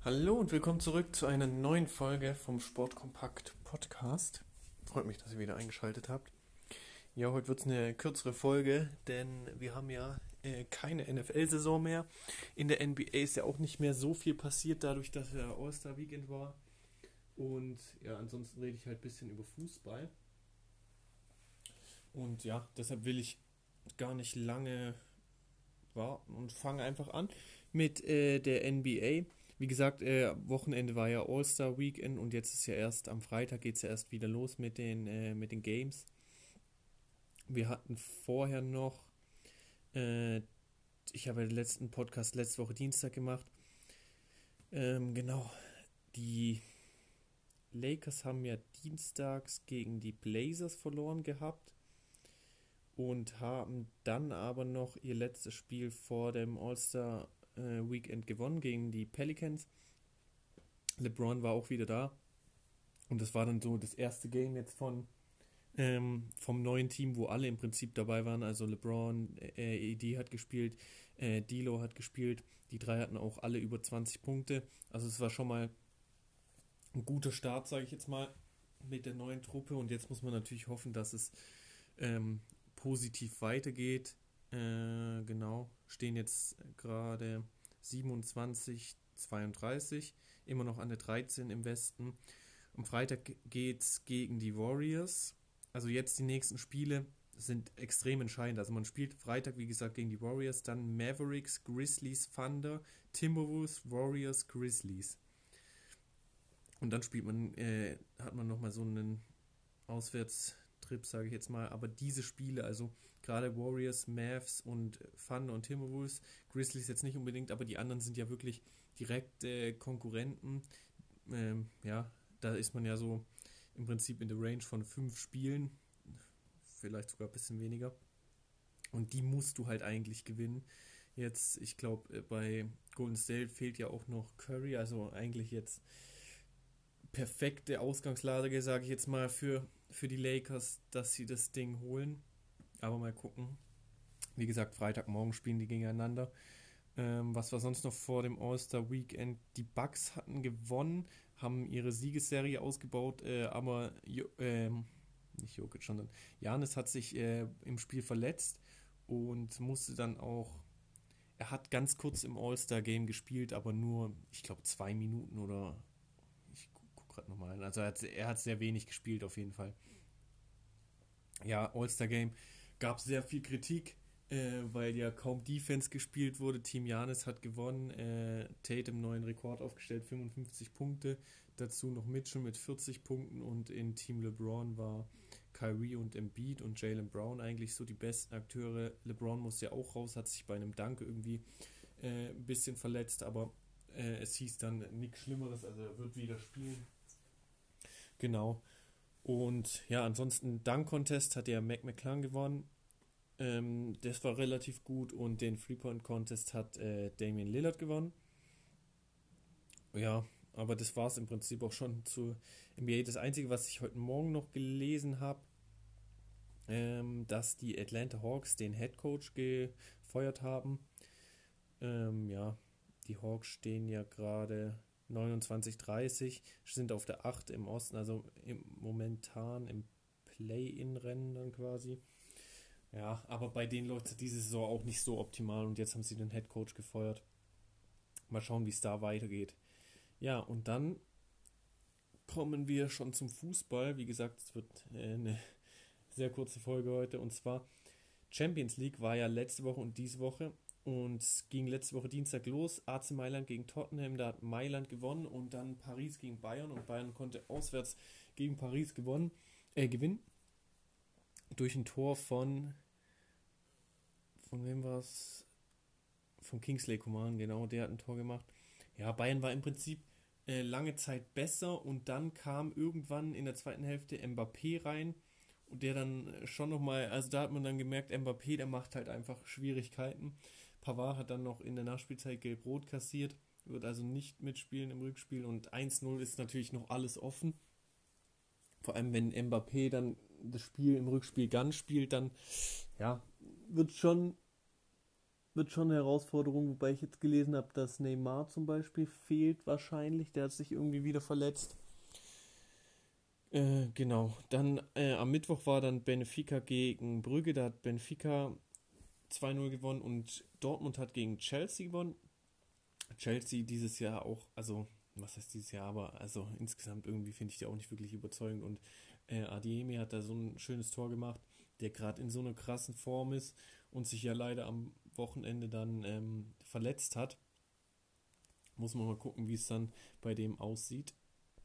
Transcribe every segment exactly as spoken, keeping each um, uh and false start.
Hallo und willkommen zurück zu einer neuen Folge vom Sportkompakt Podcast. Freut mich, dass ihr wieder eingeschaltet habt. Ja, heute wird es eine kürzere Folge, denn wir haben ja äh, keine N F L-Saison mehr. In der N B A ist ja auch nicht mehr so viel passiert, dadurch, dass ja All-Star-Weekend war. Und ja, ansonsten rede ich halt ein bisschen über Fußball. Und ja, deshalb will ich gar nicht lange warten und fange einfach an mit äh, der N B A. Wie gesagt, äh, Wochenende war ja All-Star Weekend und jetzt ist ja erst am Freitag geht es ja erst wieder los mit den, äh, mit den Games. Wir hatten vorher noch, äh, ich habe ja den letzten Podcast letzte Woche Dienstag gemacht. Ähm, genau, die Lakers haben ja dienstags gegen die Blazers verloren gehabt und haben dann aber noch ihr letztes Spiel vor dem All-Star äh, Weekend gewonnen gegen die Pelicans. LeBron war auch wieder da und das war dann so das erste Game jetzt von ähm, vom neuen Team, wo alle im Prinzip dabei waren. Also LeBron, äh, E D hat gespielt, äh, D'Lo hat gespielt. Die drei hatten auch alle über zwanzig Punkte. Also es war schon mal ein guter Start, sage ich jetzt mal, mit der neuen Truppe. Und jetzt muss man natürlich hoffen, dass es ähm, positiv weitergeht. Äh, genau, stehen jetzt gerade siebenundzwanzig, zweiunddreißig, immer noch an der dreizehn im Westen. Am Freitag geht's gegen die Warriors. Also jetzt die nächsten Spiele sind extrem entscheidend. Also man spielt Freitag, wie gesagt, gegen die Warriors, dann Mavericks, Grizzlies, Thunder, Timberwolves, Warriors, Grizzlies. Und dann spielt man, äh, hat man nochmal so einen Auswärtstrip, sage ich jetzt mal. Aber diese Spiele, also gerade Warriors, Mavs und Thunder und Timberwolves, Grizzlies jetzt nicht unbedingt, aber die anderen sind ja wirklich direkte Konkurrenten. Ähm, ja, da ist man ja so im Prinzip in der Range von fünf Spielen, vielleicht sogar ein bisschen weniger. Und die musst du halt eigentlich gewinnen. Jetzt, ich glaube, bei Golden State fehlt ja auch noch Curry, also eigentlich jetzt perfekte Ausgangslage, sage ich jetzt mal, für, für die Lakers, dass sie das Ding holen. Aber mal gucken. Wie gesagt, Freitagmorgen spielen die gegeneinander. Ähm, was war sonst noch vor dem All-Star-Weekend? Die Bucks hatten gewonnen, haben ihre Siegesserie ausgebaut, äh, aber jo, ähm, nicht Jokic, sondern Giannis hat sich äh, im Spiel verletzt und musste dann auch, er hat ganz kurz im All-Star-Game gespielt, aber nur, ich glaube, zwei Minuten oder, ich gu guck gerade nochmal, also er hat, er hat sehr wenig gespielt auf jeden Fall. Ja, All-Star-Game gab sehr viel Kritik, äh, weil ja kaum Defense gespielt wurde. Team Giannis hat gewonnen, äh, Tatum neuen Rekord aufgestellt, fünfundfünfzig Punkte. Dazu noch Mitchell mit vierzig Punkten und in Team LeBron war Kyrie und Embiid und Jaylen Brown eigentlich so die besten Akteure. LeBron musste ja auch raus, hat sich bei einem Dank irgendwie äh, ein bisschen verletzt, aber äh, es hieß dann nichts Schlimmeres, also er wird wieder spielen. Genau. Und ja, ansonsten Dunk-Contest hat ja Mac McClung gewonnen. Ähm, das war relativ gut und den Three-Point-Contest hat äh, Damian Lillard gewonnen. Ja, aber das war es im Prinzip auch schon zu N B A. Das Einzige, was ich heute Morgen noch gelesen habe, ähm, dass die Atlanta Hawks den Head Coach gefeuert haben. Ähm, ja, die Hawks stehen ja gerade neunundzwanzig dreißig, sind auf der acht im Osten, also im, momentan im Play-In-Rennen dann quasi. Ja, aber bei denen läuft es diese Saison auch nicht so optimal und jetzt haben sie den Head Coach gefeuert. Mal schauen, wie es da weitergeht. Ja, und dann kommen wir schon zum Fußball. Wie gesagt, es wird äh, eine sehr kurze Folge heute. Und zwar Champions League war ja letzte Woche und diese Woche. Und es ging letzte Woche Dienstag los. A C Mailand gegen Tottenham. Da hat Mailand gewonnen. Und dann Paris gegen Bayern. Und Bayern konnte auswärts gegen Paris gewonnen, äh, gewinnen. Durch ein Tor von... Von wem war es? Von Kingsley Coman, genau. Der hat ein Tor gemacht. Ja, Bayern war im Prinzip äh, lange Zeit besser. Und dann kam irgendwann in der zweiten Hälfte Mbappé rein. Und der dann schon nochmal, also da hat man dann gemerkt, Mbappé, der macht halt einfach Schwierigkeiten. Pavard hat dann noch in der Nachspielzeit gelb-rot kassiert, wird also nicht mitspielen im Rückspiel und eins null ist natürlich noch alles offen. Vor allem, wenn Mbappé dann das Spiel im Rückspiel ganz spielt, dann ja, wird schon wird schon eine Herausforderung, wobei ich jetzt gelesen habe, dass Neymar zum Beispiel fehlt wahrscheinlich. Der hat sich irgendwie wieder verletzt. Äh, genau. Dann äh, am Mittwoch war dann Benfica gegen Brügge. Da hat Benfica zwei null gewonnen und Dortmund hat gegen Chelsea gewonnen. Chelsea dieses Jahr auch, also was heißt dieses Jahr, aber also insgesamt irgendwie finde ich die auch nicht wirklich überzeugend und äh, Adeyemi hat da so ein schönes Tor gemacht, der gerade in so einer krassen Form ist und sich ja leider am Wochenende dann ähm, verletzt hat. Muss man mal gucken, wie es dann bei dem aussieht.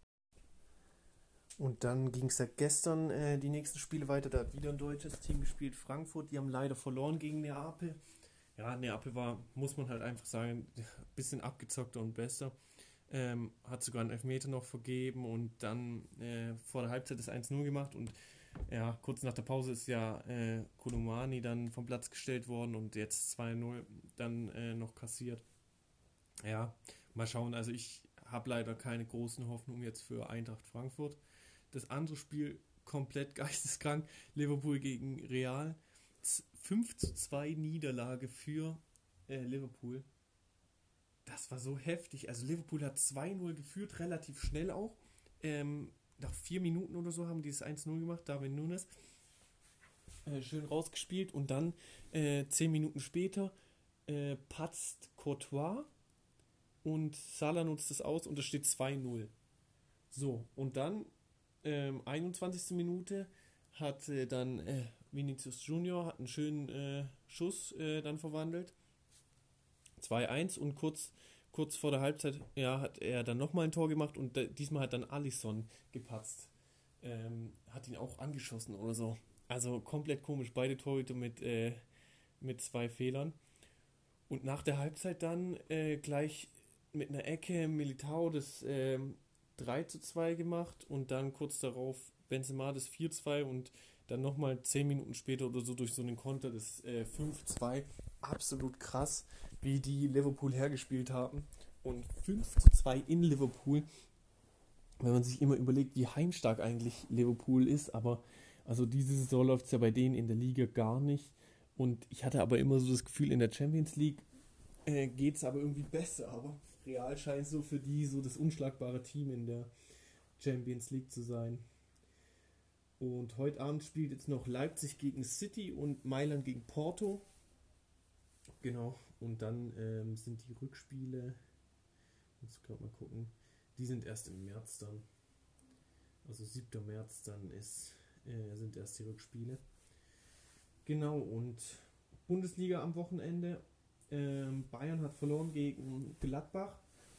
Und dann ging es ja gestern äh, die nächsten Spiele weiter. Da hat wieder ein deutsches Team gespielt, Frankfurt. Die haben leider verloren gegen Neapel. Ja, Neapel war, muss man halt einfach sagen, ein bisschen abgezockter und besser. Ähm, hat sogar einen Elfmeter noch vergeben und dann äh, vor der Halbzeit das eins null gemacht. Und ja, kurz nach der Pause ist ja äh, Kolumani dann vom Platz gestellt worden und jetzt zwei null dann äh, noch kassiert. Ja, mal schauen. Also ich habe leider keine großen Hoffnungen jetzt für Eintracht Frankfurt. Das andere Spiel komplett geisteskrank. Liverpool gegen Real. fünf zu zwei Niederlage für äh, Liverpool. Das war so heftig. Also Liverpool hat zwei null geführt, relativ schnell auch. Ähm, nach vier Minuten oder so haben die das eins null gemacht. Darwin Núñez äh, schön rausgespielt. Und dann äh, zehn Minuten später äh, patzt Courtois und Salah nutzt es aus und es steht zwei null. So, und dann ähm, einundzwanzigste Minute hat äh, dann äh, Vinicius Junior hat einen schönen äh, Schuss äh, dann verwandelt. zwei eins und kurz, kurz vor der Halbzeit ja, hat er dann nochmal ein Tor gemacht und äh, diesmal hat dann Alisson gepatzt. Ähm, hat ihn auch angeschossen oder so. Also komplett komisch. Beide Torhüter mit, äh, mit zwei Fehlern. Und nach der Halbzeit dann äh, gleich mit einer Ecke Militao das äh, drei zu zwei gemacht und dann kurz darauf Benzema das vier zwei und dann nochmal zehn Minuten später oder so durch so einen Konter das äh, fünf zwei. Absolut krass, wie die Liverpool hergespielt haben. Und fünf zu zwei in Liverpool, wenn man sich immer überlegt, wie heimstark eigentlich Liverpool ist, aber also diese Saison läuft es ja bei denen in der Liga gar nicht. Und ich hatte aber immer so das Gefühl, in der Champions League äh, geht es aber irgendwie besser. Aber Real scheint so für die so das unschlagbare Team in der Champions League zu sein. Und heute Abend spielt jetzt noch Leipzig gegen City und Mailand gegen Porto. Genau. Und dann ähm, sind die Rückspiele, ich muss gerade mal gucken, die sind erst im März dann. Also siebter März dann ist, äh, sind erst die Rückspiele. Genau, und Bundesliga am Wochenende. Ähm, Bayern hat verloren gegen Gladbach.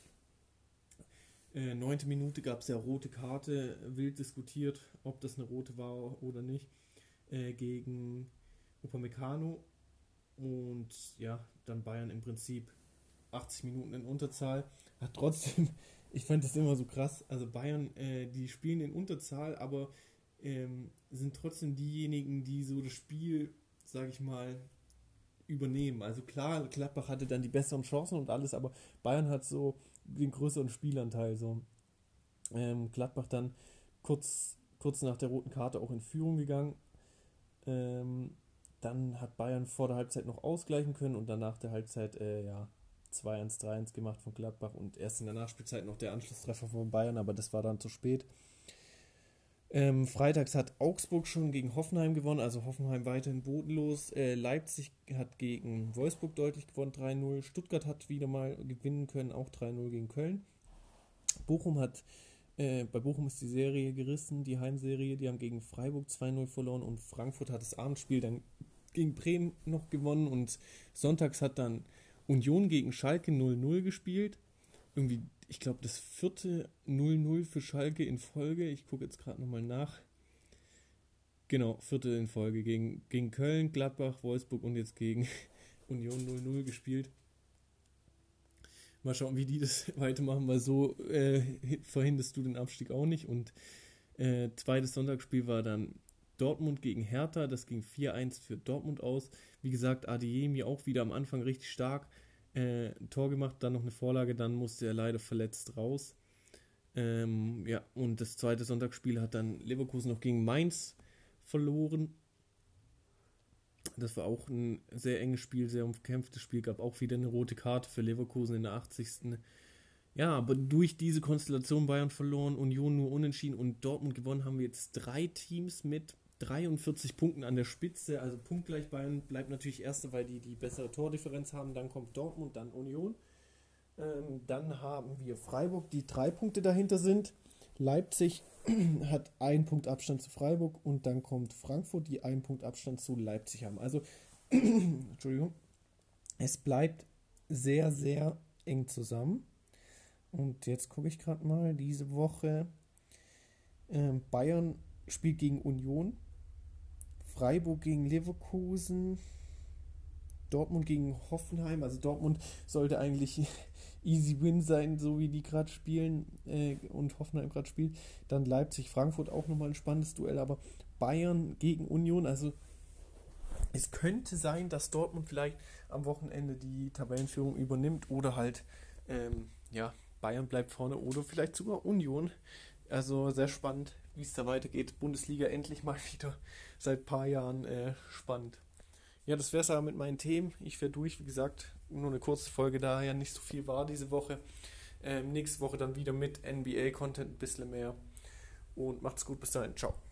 Äh, neunte Minute gab es ja rote Karte, wild diskutiert, ob das eine rote war oder nicht, äh, gegen Upamecano. Und ja, dann Bayern im Prinzip achtzig Minuten in Unterzahl. Hat trotzdem, ich fand das immer so krass, also Bayern, äh, die spielen in Unterzahl, aber ähm, sind trotzdem diejenigen, die so das Spiel, sag ich mal, übernehmen. Also klar, Gladbach hatte dann die besseren Chancen und alles, aber Bayern hat so den größeren Spielanteil. So. Ähm, Gladbach dann kurz, kurz nach der roten Karte auch in Führung gegangen. Ähm, dann hat Bayern vor der Halbzeit noch ausgleichen können und dann nach der Halbzeit äh, ja, zwei eins, drei eins gemacht von Gladbach und erst in der Nachspielzeit noch der Anschlusstreffer von Bayern, aber das war dann zu spät. Ähm, freitags hat Augsburg schon gegen Hoffenheim gewonnen, also Hoffenheim weiterhin bodenlos. Äh, Leipzig hat gegen Wolfsburg deutlich gewonnen, drei null. Stuttgart hat wieder mal gewinnen können, auch drei null gegen Köln. Bochum hat, äh, bei Bochum ist die Serie gerissen, die Heimserie, die haben gegen Freiburg zwei null verloren und Frankfurt hat das Abendspiel dann gegen Bremen noch gewonnen und sonntags hat dann Union gegen Schalke null null gespielt. Irgendwie, ich glaube, das vierte null null für Schalke in Folge. Ich gucke jetzt gerade nochmal nach. Genau, vierte in Folge. Gegen, gegen Köln, Gladbach, Wolfsburg und jetzt gegen Union null null gespielt. Mal schauen, wie die das weitermachen, weil so äh, verhinderst du den Abstieg auch nicht. Und äh, zweites Sonntagsspiel war dann Dortmund gegen Hertha. Das ging vier eins für Dortmund aus. Wie gesagt, Adeyemi auch wieder am Anfang richtig stark. Äh, ein Tor gemacht, dann noch eine Vorlage, dann musste er leider verletzt raus. Ähm, ja, und das zweite Sonntagsspiel hat dann Leverkusen noch gegen Mainz verloren. Das war auch ein sehr enges Spiel, sehr umkämpftes Spiel, gab auch wieder eine rote Karte für Leverkusen in der achtzigsten Ja, aber durch diese Konstellation Bayern verloren, Union nur unentschieden und Dortmund gewonnen, haben wir jetzt drei Teams mit dreiundvierzig Punkten an der Spitze. Also punktgleich. Bayern bleibt natürlich Erste, weil die die bessere Tordifferenz haben. Dann kommt Dortmund, dann Union. Ähm, dann haben wir Freiburg, die drei Punkte dahinter sind. Leipzig hat einen Punkt Abstand zu Freiburg und dann kommt Frankfurt, die einen Punkt Abstand zu Leipzig haben. Also, Entschuldigung, es bleibt sehr, sehr eng zusammen. Und jetzt gucke ich gerade mal, diese Woche ähm, Bayern spielt gegen Union, Freiburg gegen Leverkusen, Dortmund gegen Hoffenheim. Also Dortmund sollte eigentlich easy win sein, so wie die gerade spielen äh, und Hoffenheim gerade spielt. Dann Leipzig, Frankfurt auch nochmal ein spannendes Duell, aber Bayern gegen Union, also es könnte sein, dass Dortmund vielleicht am Wochenende die Tabellenführung übernimmt oder halt, ähm, ja, Bayern bleibt vorne oder vielleicht sogar Union. Also sehr spannend, wie es da weitergeht. Bundesliga endlich mal wieder seit ein paar Jahren äh, spannend. Ja, das wäre es aber mit meinen Themen. Ich wäre durch, wie gesagt, nur eine kurze Folge, da ja nicht so viel war diese Woche. Ähm, nächste Woche dann wieder mit N B A-Content ein bisschen mehr. Und macht's gut, bis dahin. Ciao.